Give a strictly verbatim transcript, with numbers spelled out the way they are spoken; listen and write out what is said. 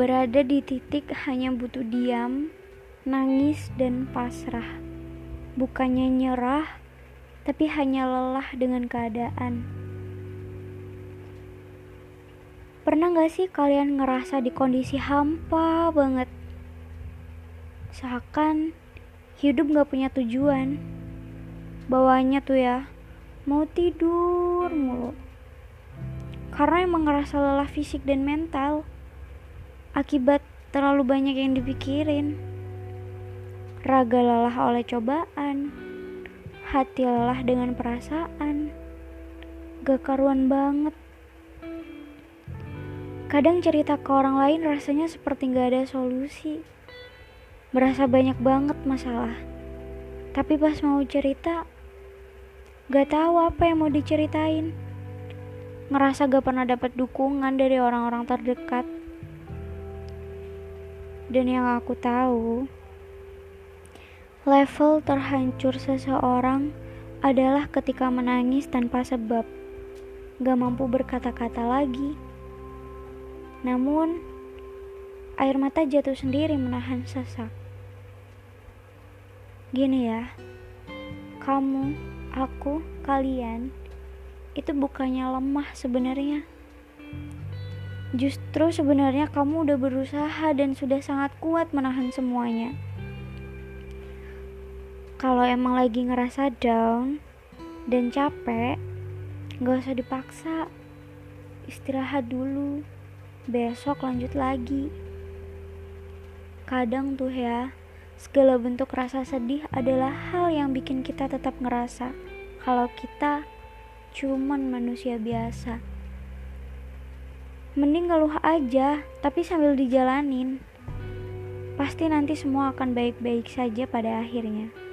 Berada di titik hanya butuh diam, nangis, dan pasrah. Bukannya nyerah, tapi hanya lelah dengan keadaan. Pernah gak sih kalian ngerasa di kondisi hampa banget? Seakan hidup gak punya tujuan. Bawaannya tuh ya, mau tidur mulu. Karena emang ngerasa lelah fisik dan mental. Akibat terlalu banyak yang dipikirin. Raga lelah oleh cobaan, hati lelah dengan perasaan. Gak karuan banget. Kadang cerita ke orang lain rasanya seperti gak ada solusi. Berasa banyak banget masalah. Tapi pas mau cerita, gak tahu apa yang mau diceritain. Ngerasa gak pernah dapat dukungan dari orang-orang terdekat. Dan yang aku tahu, level terhancur seseorang adalah ketika menangis tanpa sebab, gak mampu berkata-kata lagi. Namun, air mata jatuh sendiri menahan sesak. Gini ya, kamu, aku, kalian, itu bukannya lemah sebenarnya. Justru sebenarnya kamu udah berusaha dan sudah sangat kuat menahan semuanya. Kalau emang lagi ngerasa down dan capek, gak usah dipaksa. Istirahat dulu, besok lanjut lagi. Kadang tuh ya, segala bentuk rasa sedih adalah hal yang bikin kita tetap ngerasa kalau kita cuman manusia biasa. Mending ngeluh aja, tapi sambil dijalanin. Pasti nanti semua akan baik-baik saja pada akhirnya.